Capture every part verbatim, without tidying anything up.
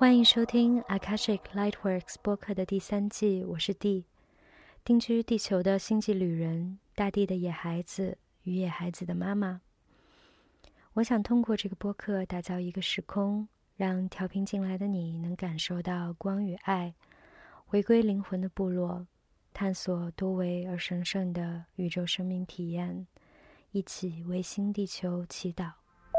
欢迎收听 Akashic Lightworks 播客的第三季，我是 D， 定居地球的星际旅人，大地的野孩子与野孩子的妈妈。我想通过这个播客打造一个时空，让调频进来的你能感受到光与爱，回归灵魂的部落，探索多维而神圣的宇宙生命体验，一起为新地球祈祷。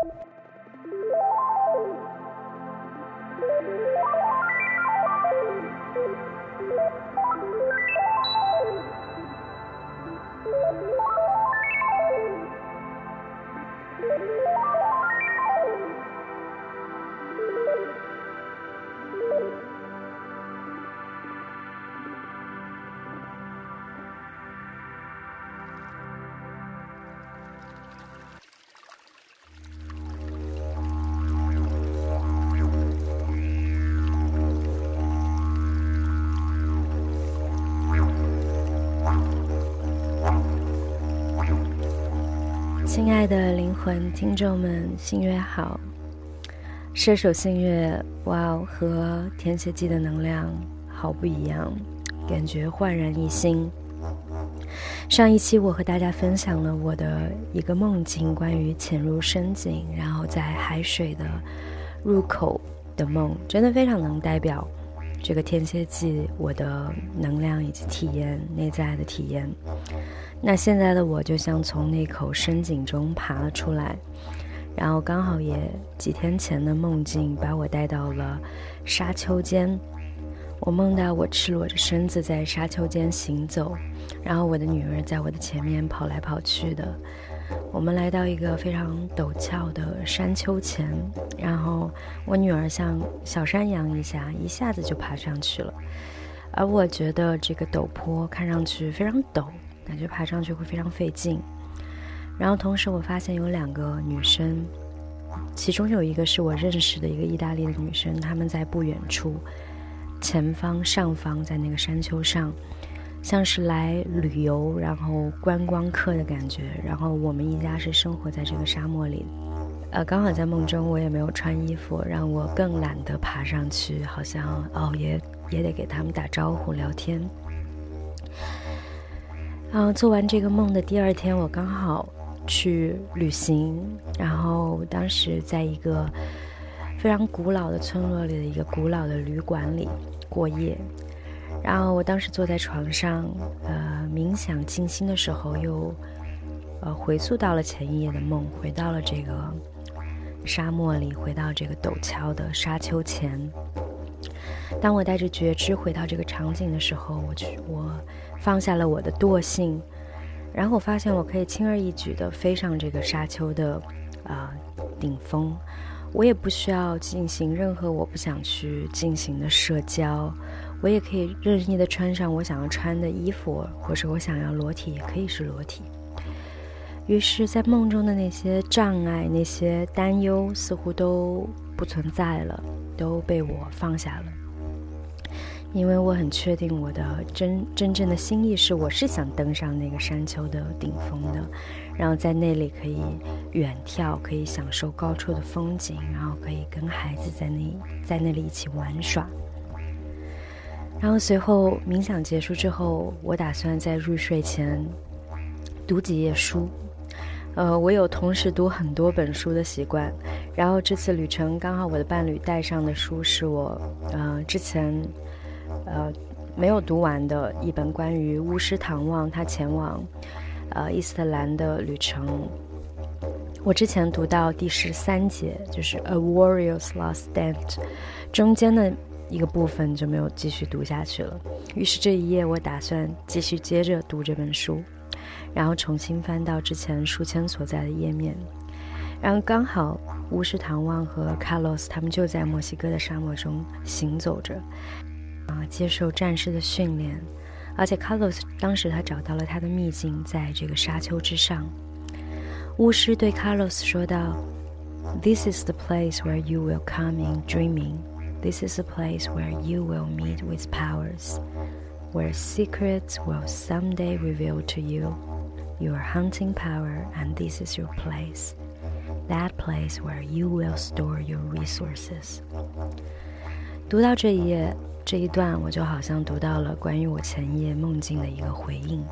亲爱的灵魂听众们，新月好！射手新月，哇哦，和天蝎季的能量好不一样，感觉焕然一新。上一期我和大家分享了我的一个梦境，关于潜入深井，然后在海水的入口的梦，真的非常能代表这个天蝎季我的能量以及体验，内在的体验。那现在的我就像从那口深井中爬了出来，然后刚好也几天前的梦境把我带到了沙丘间。我梦到我赤裸着身子在沙丘间行走，然后我的女儿在我的前面跑来跑去的。我们来到一个非常陡峭的山丘前，然后我女儿像小山羊一下一下子就爬上去了，而我觉得这个陡坡看上去非常陡，感觉爬上去会非常费劲。然后同时我发现有两个女生，其中有一个是我认识的一个意大利的女生，她们在不远处前方上方，在那个山丘上，像是来旅游然后观光客的感觉。然后我们一家是生活在这个沙漠里，呃，刚好在梦中我也没有穿衣服，让我更懒得爬上去，好像哦也也得给他们打招呼聊天。然后做完这个梦的第二天，我刚好去旅行，然后当时在一个非常古老的村落里的一个古老的旅馆里过夜。然后我当时坐在床上，呃，冥想静心的时候，又呃回溯到了前一夜的梦，回到了这个沙漠里，回到这个陡峭的沙丘前。当我带着觉知回到这个场景的时候，我去我放下了我的惰性，然后我发现我可以轻而易举地飞上这个沙丘的啊、呃、顶峰。我也不需要进行任何我不想去进行的社交，我也可以任意的穿上我想要穿的衣服，或者我想要裸体也可以是裸体。于是在梦中的那些障碍，那些担忧似乎都不存在了，都被我放下了。因为我很确定我的真真正的心意是，我是想登上那个山丘的顶峰的，然后在那里可以远眺，可以享受高处的风景，然后可以跟孩子在那在那里一起玩耍。然后随后冥想结束之后，我打算在入睡前读几页书。呃，我有同时读很多本书的习惯，然后这次旅程刚好我的伴侣带上的书是我呃之前呃没有读完的一本关于巫师唐望他前往呃伊斯特兰的旅程。我之前读到第十三节，就是 A Warrior's Last Stand， 中间的一个部分就没有继续读下去了。于是这一页我打算继续接着读这本书，然后重新翻到之前书签所在的页面。然后刚好巫师唐望和卡洛斯他们就在墨西哥的沙漠中行走着，啊，接受战士的训练。而且卡洛斯当时他找到了他的秘境，在这个沙丘之上。巫师对卡洛斯说道 This is the place where you will come in dreaming. This is the place where you will meet with powers, where secrets will someday reveal to you. You are hunting power, and this is your place. That place where you will store your resources. 读到这一页这一段，我就好像读到了关于我前一夜梦境的一个回应。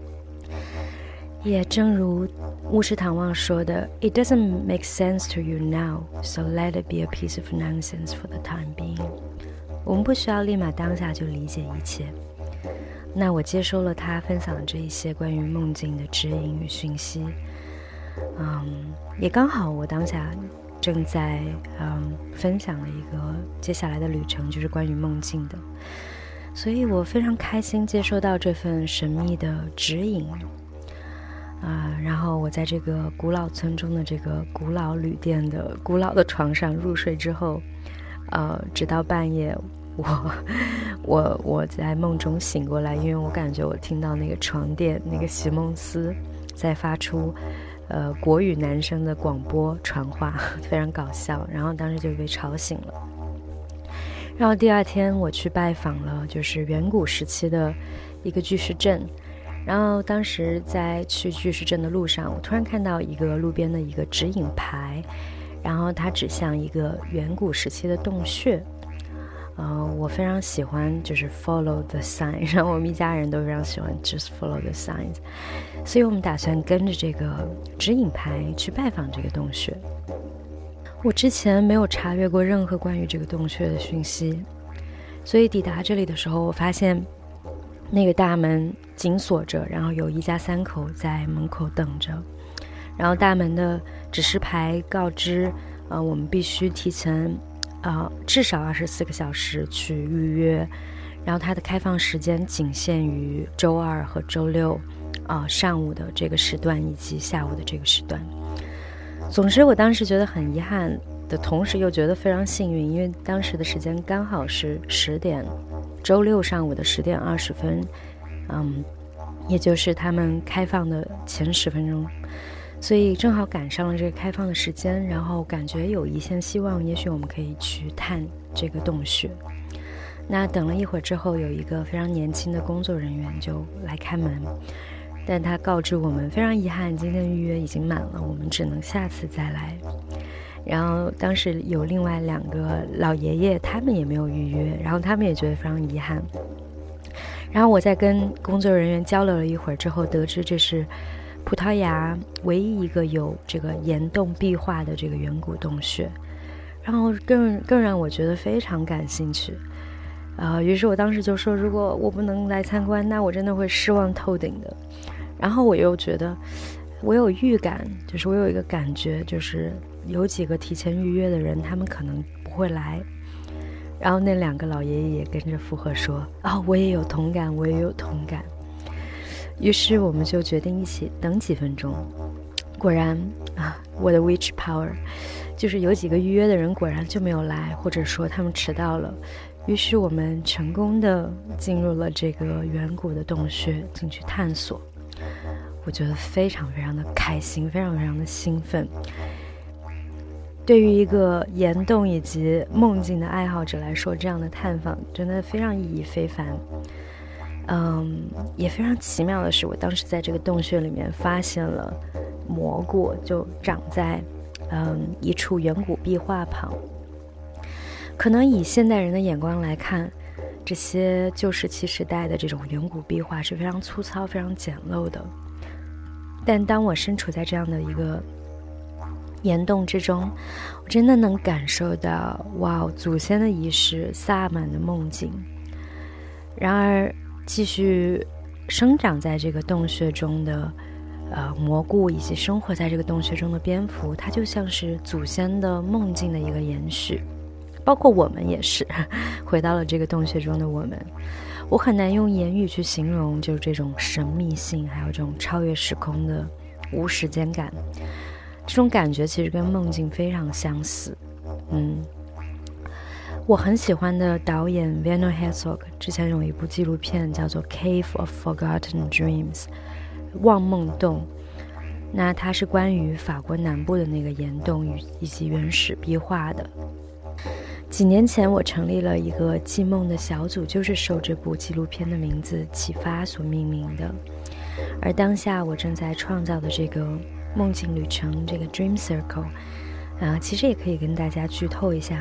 也正如巫师唐望说的 It doesn't make sense to you now, so let it be a piece of nonsense for the time being。 我们不需要立马当下就理解一切。那我接收了他分享的这一些关于梦境的指引与讯息，嗯，也刚好我当下正在嗯分享的一个接下来的旅程就是关于梦境的，所以我非常开心接收到这份神秘的指引啊、呃，然后我在这个古老村中的这个古老旅店的古老的床上入睡之后，呃，直到半夜，我我我在梦中醒过来，因为我感觉我听到那个床垫那个席梦思在发出呃国语男生的广播传话，非常搞笑，然后当时就被吵醒了。然后第二天我去拜访了就是远古时期的一个巨石阵，然后当时在去巨石阵的路上，我突然看到一个路边的一个指引牌，然后它指向一个远古时期的洞穴。呃，我非常喜欢就是 follow the sign， 然后我们一家人都非常喜欢 just follow the signs， 所以我们打算跟着这个指引牌去拜访这个洞穴。我之前没有查阅过任何关于这个洞穴的讯息，所以抵达这里的时候，我发现那个大门紧锁着，然后有一家三口在门口等着，然后大门的指示牌告知呃，我们必须提前呃，至少二十四个小时去预约，然后它的开放时间仅限于周二和周六呃，上午的这个时段以及下午的这个时段。总之我当时觉得很遗憾的同时又觉得非常幸运，因为当时的时间刚好是十点，周六上午的十点二十分，嗯，也就是他们开放的前十分钟，所以正好赶上了这个开放的时间，然后感觉有一线希望，也许我们可以去探这个洞穴。那等了一会儿之后，有一个非常年轻的工作人员就来开门，但他告知我们非常遗憾，今天预约已经满了，我们只能下次再来。然后当时有另外两个老爷爷，他们也没有预约，然后他们也觉得非常遗憾。然后我在跟工作人员交流了一会儿之后，得知这是葡萄牙唯一一个有这个岩洞壁画的这个远古洞穴，然后更更让我觉得非常感兴趣。呃，于是我当时就说，如果我不能来参观，那我真的会失望透顶的。然后我又觉得，我有预感，就是我有一个感觉，就是有几个提前预约的人，他们可能不会来。然后那两个老爷爷也跟着附和说，哦，我也有同感，我也有同感。于是我们就决定一起等几分钟。果然啊，我的 witch power， 就是有几个预约的人果然就没有来，或者说他们迟到了。于是我们成功的进入了这个远古的洞穴进去探索。我觉得非常非常的开心，非常非常的兴奋。对于一个岩洞以及梦境的爱好者来说，这样的探访真的非常意义非凡。嗯，也非常奇妙的是，我当时在这个洞穴里面发现了蘑菇，就长在嗯一处远古壁画旁。可能以现代人的眼光来看，这些旧石器时代的这种远古壁画是非常粗糙、非常简陋的。但当我身处在这样的一个岩洞之中，我真的能感受到，哇，祖先的仪式、萨满的梦境。然而，继续生长在这个洞穴中的呃蘑菇，以及生活在这个洞穴中的蝙蝠，它就像是祖先的梦境的一个延续。包括我们也是回到了这个洞穴中的我们，我很难用言语去形容，就是这种神秘性，还有这种超越时空的无时间感。这种感觉其实跟梦境非常相似。嗯，我很喜欢的导演 Werner Herzog 之前有一部纪录片叫做 Cave of Forgotten Dreams 忘梦洞，那它是关于法国南部的那个岩洞以及原始壁画的。几年前我成立了一个记梦的小组，就是受这部纪录片的名字启发所命名的。而当下我正在创造的这个梦境旅程，这个 Dream Circle 啊、呃，其实也可以跟大家剧透一下，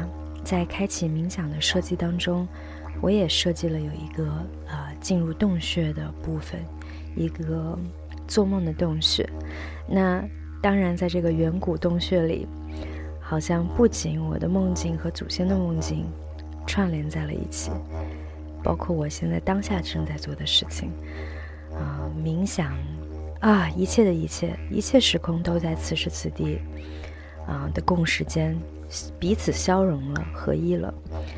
在开启冥想的设计当中，我也设计了有一个呃进入洞穴的部分，一个做梦的洞穴。那当然在这个远古洞穴里，好像不仅我的梦境和祖先的梦境串联在了一起，包括我现在当下正在做的事情啊、呃，冥想啊，一切的一切一切时空都在此时此地啊、呃、的共时间彼此消融了，合一了。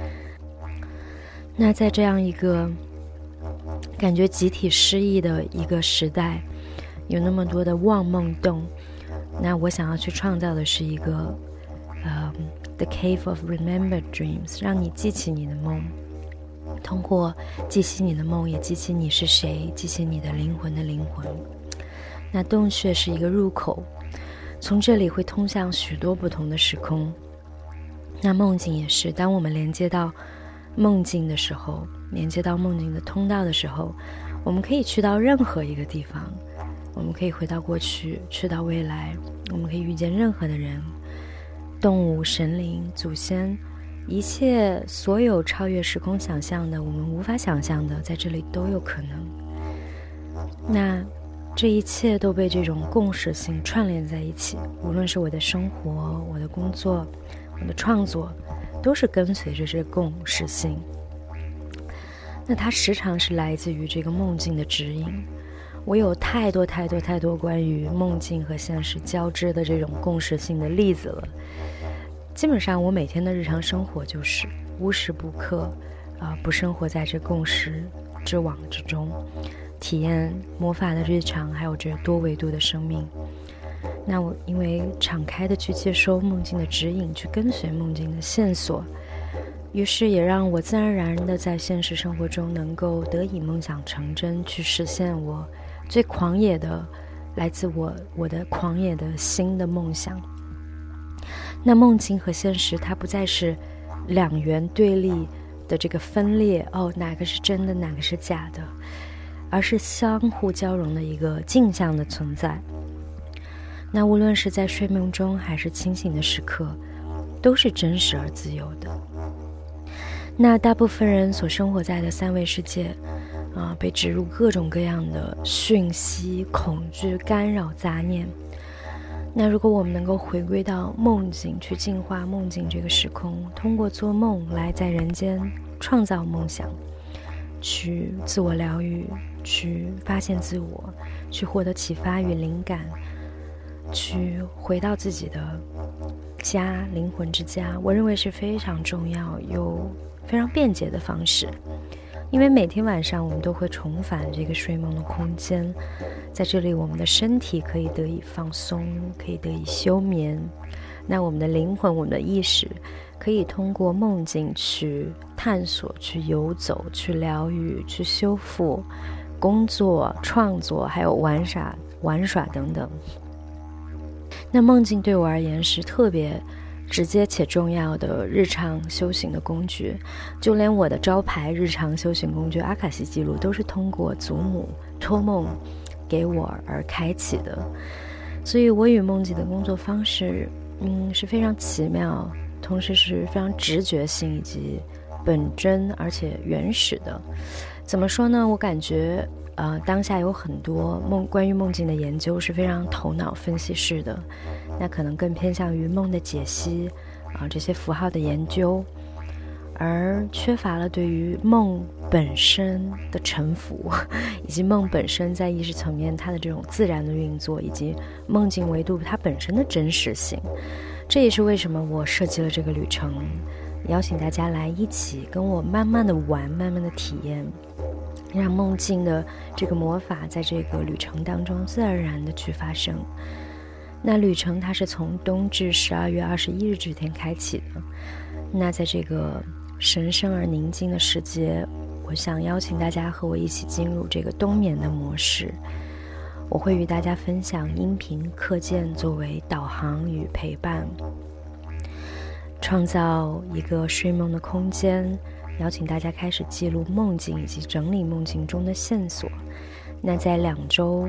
那在这样一个感觉集体失忆的一个时代，有那么多的妄梦洞，那我想要去创造的是一个呃 The Cave of Remembered Dreams， 让你记起你的梦，通过记起你的梦也记起你是谁，记起你的灵魂的灵魂。那洞穴是一个入口，从这里会通向许多不同的时空。那梦境也是，当我们连接到梦境的时候，连接到梦境的通道的时候，我们可以去到任何一个地方，我们可以回到过去，去到未来，我们可以遇见任何的人、动物、神灵、祖先，一切所有超越时空想象的，我们无法想象的，在这里都有可能。那这一切都被这种共识性串联在一起，无论是我的生活、我的工作、我的创作，都是跟随着这个共识性。那它时常是来自于这个梦境的指引。我有太多太多太多关于梦境和现实交织的这种共识性的例子了。基本上我每天的日常生活就是无时不刻啊、呃，不生活在这共识之网之中，体验魔法的日常，还有这多维度的生命。那我因为敞开的去接收梦境的指引，去跟随梦境的线索，于是也让我自然而然的在现实生活中能够得以梦想成真，去实现我最狂野的来自我我的狂野的新的梦想。那梦境和现实它不再是两元对立的这个分裂，哦，哪个是真的，哪个是假的，而是相互交融的一个镜像的存在。那无论是在睡梦中还是清醒的时刻，都是真实而自由的。那大部分人所生活在的三维世界啊，被植入各种各样的讯息、恐惧、干扰、杂念。那如果我们能够回归到梦境，去净化梦境这个时空，通过做梦来在人间创造梦想，去自我疗愈，去发现自我，去获得启发与灵感，去回到自己的家，灵魂之家，我认为是非常重要又非常便捷的方式。因为每天晚上我们都会重返这个睡梦的空间，在这里我们的身体可以得以放松，可以得以休眠，那我们的灵魂，我们的意识可以通过梦境去探索，去游走，去疗愈，去修复，工作、创作，还有玩耍玩耍等等。那梦境对我而言是特别直接且重要的日常修行的工具，就连我的招牌日常修行工具阿卡西记录都是通过祖母托梦给我而开启的。所以我与梦境的工作方式嗯，是非常奇妙，同时是非常直觉性以及本真而且原始的。怎么说呢，我感觉呃，当下有很多梦关于梦境的研究是非常头脑分析式的，那可能更偏向于梦的解析啊、呃，这些符号的研究，而缺乏了对于梦本身的臣服，以及梦本身在意识层面它的这种自然的运作，以及梦境维度它本身的真实性。这也是为什么我设计了这个旅程，邀请大家来一起跟我慢慢的玩，慢慢的体验，让梦境的这个魔法在这个旅程当中自然而然的去发生。那旅程它是从冬至十二月二十一日这天开启的。那在这个神圣而宁静的时节，我想邀请大家和我一起进入这个冬眠的模式。我会与大家分享音频课件作为导航与陪伴，创造一个睡梦的空间，邀请大家开始记录梦境以及整理梦境中的线索。那在两周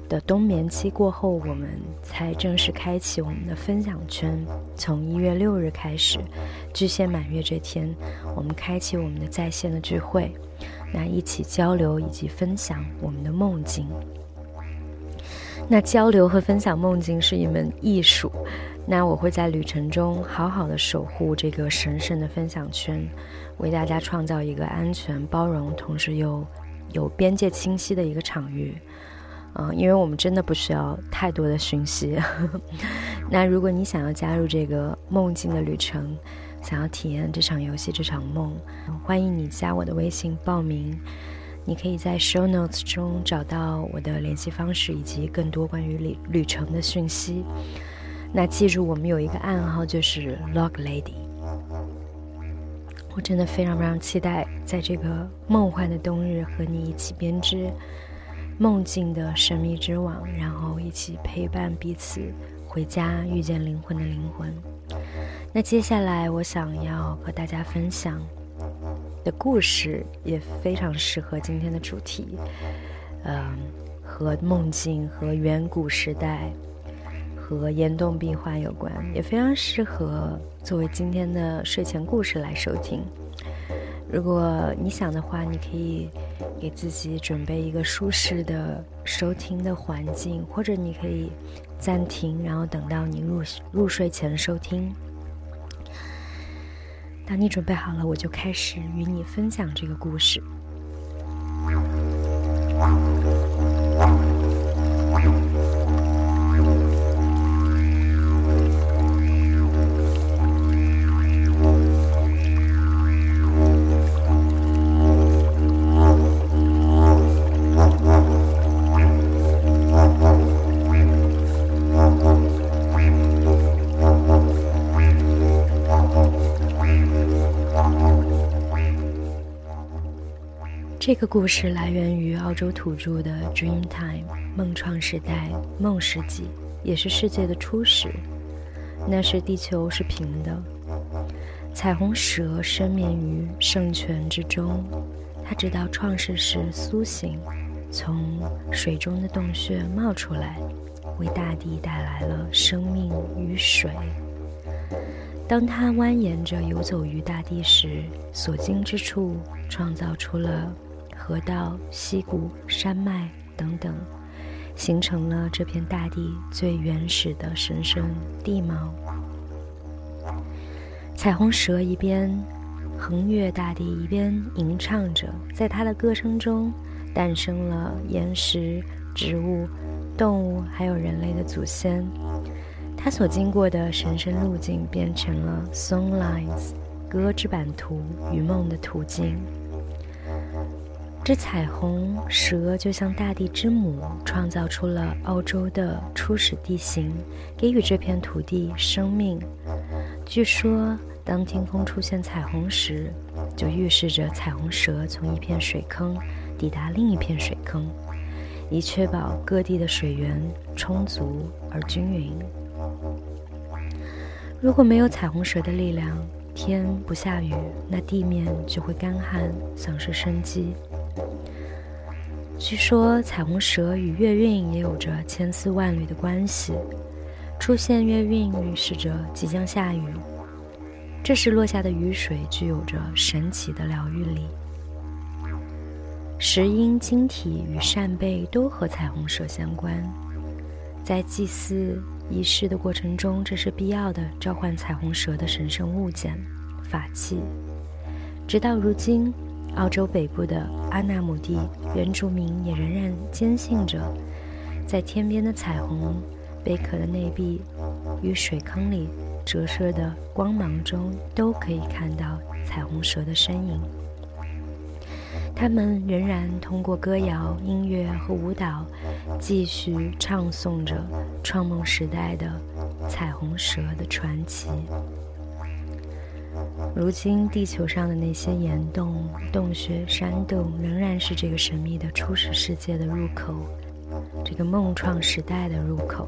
的冬眠期过后，我们才正式开启我们的分享圈。从一月六日开始，巨蟹满月这天，我们开启我们的在线的聚会，那一起交流以及分享我们的梦境。那交流和分享梦境是一门艺术，那我会在旅程中好好的守护这个神圣的分享圈，为大家创造一个安全、包容，同时又有边界清晰的一个场域。嗯、呃，因为我们真的不需要太多的讯息。那如果你想要加入这个梦境的旅程，想要体验这场游戏、这场梦，欢迎你加我的微信报名。你可以在 show notes 中找到我的联系方式以及更多关于旅旅程的讯息。那记住，我们有一个暗号，就是 Log Lady。我真的非常非常期待在这个梦幻的冬日和你一起编织梦境的神秘之网，然后一起陪伴彼此回家，遇见灵魂的灵魂。那接下来我想要和大家分享的故事也非常适合今天的主题，嗯，和梦境和远古时代和岩洞壁画有关，也非常适合作为今天的睡前故事来收听。如果你想的话，你可以给自己准备一个舒适的收听的环境，或者你可以暂停，然后等到你入入睡前收听。当你准备好了，我就开始与你分享这个故事。这个故事来源于澳洲土著的 Dreamtime 梦创时代梦世纪，也是世界的初始。那时地球是平的，彩虹蛇深眠于圣泉之中，它直到创世时苏醒，从水中的洞穴冒出来，为大地带来了生命与水。当它蜿蜒着游走于大地时，所经之处创造出了河道、溪谷、山脉等等，形成了这片大地最原始的神圣地貌。彩虹蛇一边横越大地，一边吟唱着，在它的歌声中诞生了岩石、植物、动物还有人类的祖先。它所经过的神圣路径变成了 Song Lines 歌之版图与梦的途径。这彩虹蛇就像大地之母，创造出了澳洲的初始地形，给予这片土地生命。据说当天空出现彩虹时，就预示着彩虹蛇从一片水坑抵达另一片水坑，以确保各地的水源充足而均匀。如果没有彩虹蛇的力量，天不下雨，那地面就会干旱，丧失生机。据说彩虹蛇与月晕也有着千丝万缕的关系，出现月晕预示着即将下雨，这时落下的雨水具有着神奇的疗愈力。石英、晶体与扇贝都和彩虹蛇相关，在祭祀仪式的过程中，这是必要的召唤彩虹蛇的神圣物件法器。直到如今，澳洲北部的阿纳姆地原住民也仍然坚信着，在天边的彩虹、贝壳的内壁与水坑里折射的光芒中，都可以看到彩虹蛇的身影。他们仍然通过歌谣、音乐和舞蹈，继续唱诵着创梦时代的彩虹蛇的传奇。如今地球上的那些岩洞、洞穴、山洞，仍然是这个神秘的初始世界的入口，这个梦创时代的入口。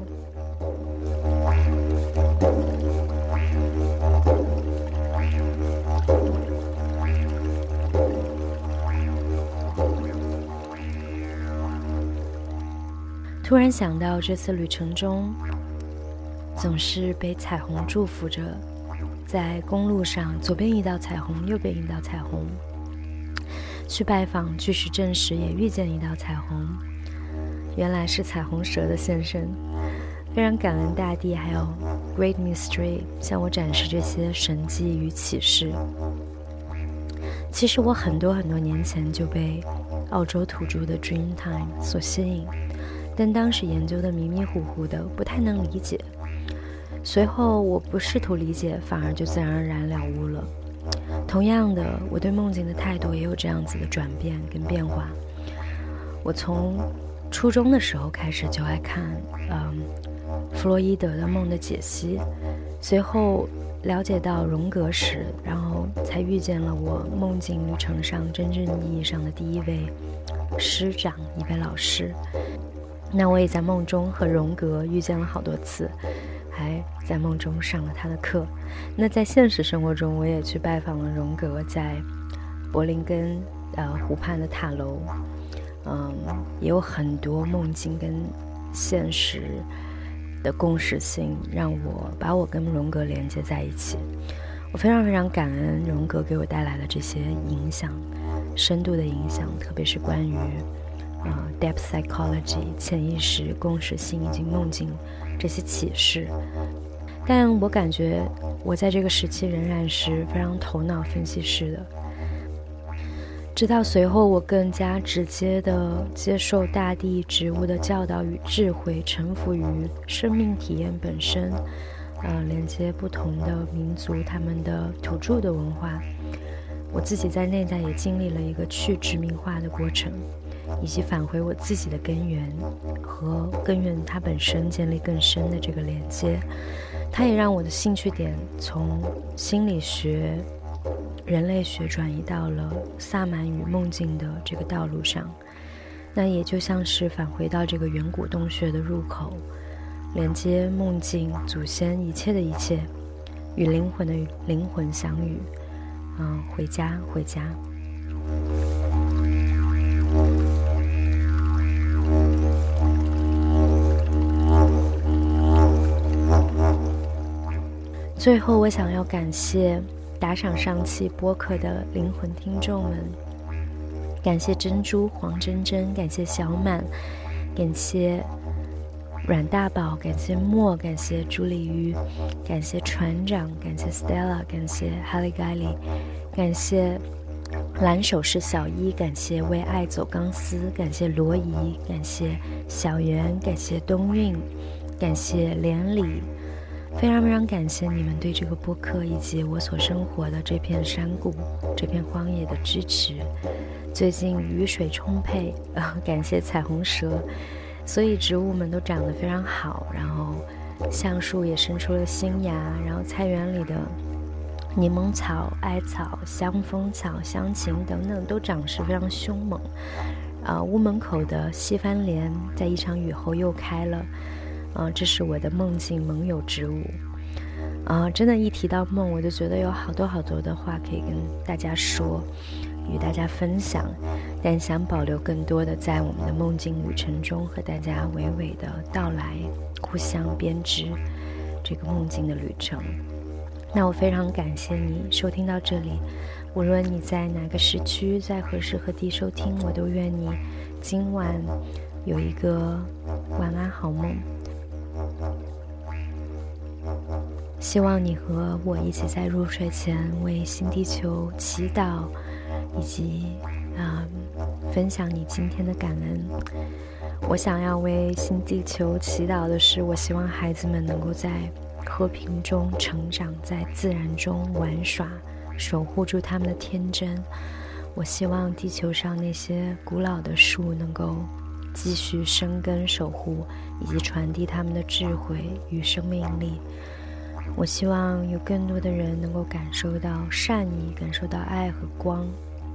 突然想到这次旅程中总是被彩虹祝福着，在公路上左边一道彩虹，右边一道彩虹，去拜访巨石阵时也遇见一道彩虹，原来是彩虹蛇的现身。非常感恩大地还有 Great Mystery 向我展示这些神迹与启示。其实我很多很多年前就被澳洲土著的 Dreamtime 所吸引，但当时研究的迷迷糊糊的，不太能理解。随后我不试图理解，反而就自然而然了悟了。同样的，我对梦境的态度也有这样子的转变跟变化。我从初中的时候开始就爱看嗯弗洛伊德的梦的解析，随后了解到荣格史，然后才遇见了我梦境旅程上真正意义上的第一位师长，一位老师。那我也在梦中和荣格遇见了好多次，还在梦中上了他的课。那在现实生活中，我也去拜访了荣格在柏林根呃湖畔的塔楼，嗯，也有很多梦境跟现实的共识性，让我把我跟荣格连接在一起。我非常非常感恩荣格给我带来的这些影响，深度的影响，特别是关于呃 depth psychology 潜意识、共识性以及梦境这些启示。但我感觉我在这个时期仍然是非常头脑分析式的，直到随后我更加直接地接受大地植物的教导与智慧，臣服于生命体验本身，呃，连接不同的民族他们的土著的文化。我自己在内在也经历了一个去殖民化的过程，以及返回我自己的根源和根源它本身建立更深的这个连接。它也让我的兴趣点从心理学人类学转移到了萨满与梦境的这个道路上。那也就像是返回到这个远古洞穴的入口，连接梦境、祖先一切的一切，与灵魂的灵魂相遇。嗯，回家回家。最后我想要感谢打赏上期播客的灵魂听众们，感谢珍珠、黄真真，感谢小满，感谢阮大宝，感谢莫，感谢朱丽玉，感谢船长，感谢 Stella， 感谢哈利盖利，感谢蓝手是小一，感谢为爱走钢丝，感谢罗怡，感谢小圆，感谢冬韵，感谢连理。非常非常感谢你们对这个播客以及我所生活的这片山谷、这片荒野的支持。最近雨水充沛，呃，感谢彩虹蛇，所以植物们都长得非常好，然后橡树也生出了新芽，然后菜园里的柠檬草、艾草、香蜂草、香芹等等都长势非常凶猛。啊、呃，屋门口的西番莲在一场雨后又开了。啊，这是我的梦境盟友植物。啊，真的，一提到梦，我就觉得有好多好多的话可以跟大家说，与大家分享，但想保留更多的在我们的梦境旅程中和大家娓娓的道来，互相编织这个梦境的旅程。那我非常感谢你收听到这里，无论你在哪个时区，在何时何地收听，我都愿你今晚有一个晚安好梦。希望你和我一起在入睡前为新地球祈祷，以及啊、呃、分享你今天的感恩。我想要为新地球祈祷的是，我希望孩子们能够在和平中成长，在自然中玩耍，守护住他们的天真。我希望地球上那些古老的树能够继续生根守护，以及传递他们的智慧与生命力。我希望有更多的人能够感受到善意，感受到爱和光。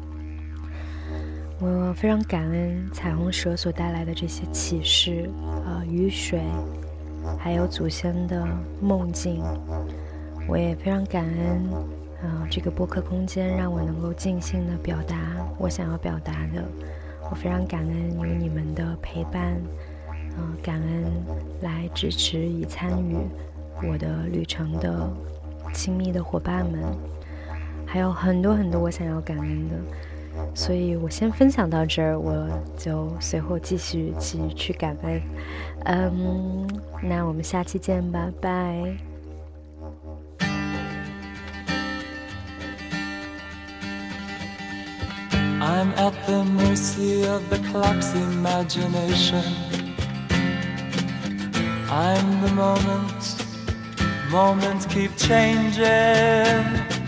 我非常感恩彩虹蛇所带来的这些启示，呃，雨水，还有祖先的梦境。我也非常感恩，呃，这个播客空间让我能够尽兴的表达我想要表达的。我非常感恩有你们的陪伴， 呃，感恩来支持与参与我的旅程的亲密的伙伴们，还有很多很多我想要感恩的，所以我先分享到这儿，我就随后继续去去感恩。嗯，那我们下期见吧，拜。 I'm at the mercy of the clock's imagination. I'm the moment, moments keep changing.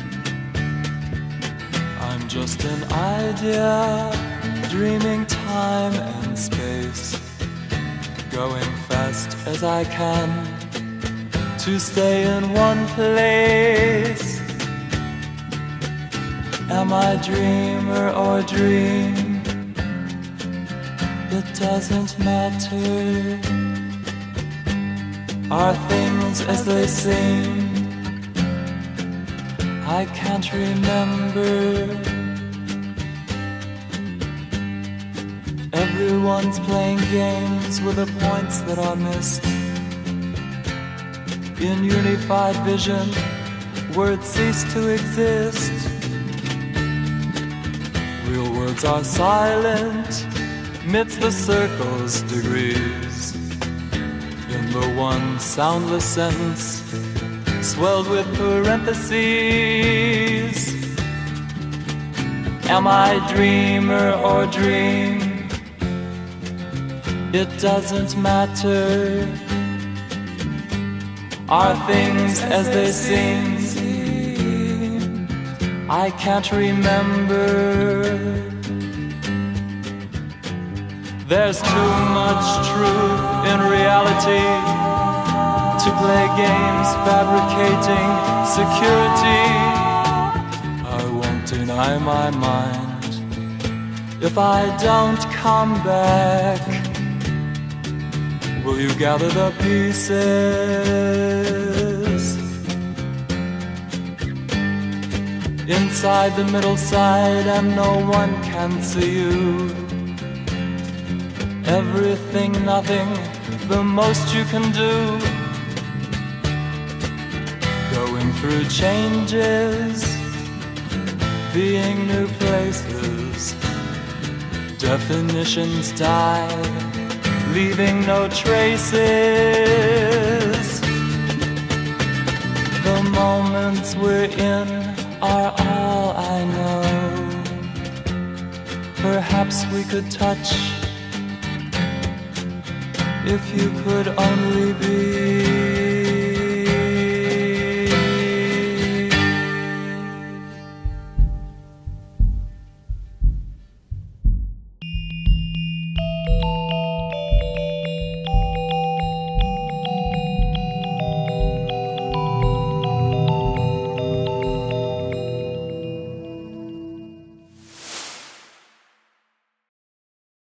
I'm just an idea, dreaming time and space, going fast as I can to stay in one place. Am I dreamer or dream? It doesn't matter. Are things as they seem? I can't remember. Everyone's playing games with the points that are missed. In unified vision, words cease to exist. Real words are silent midst the circle's degrees. In the one soundless sentence, swelled with parentheses. Am I dreamer or dream? It doesn't matter. Are things as they seem? I can't remember. There's too much truth in reality to play games fabricating security. I won't deny my mind. If I don't come back, will you gather the pieces? Inside the middle side and no one can see you. Everything, nothing, the most you can do. Going through changes, being new places. Definitions die, leaving no traces. The moments we're in are all I know. Perhaps we could touch. If you could only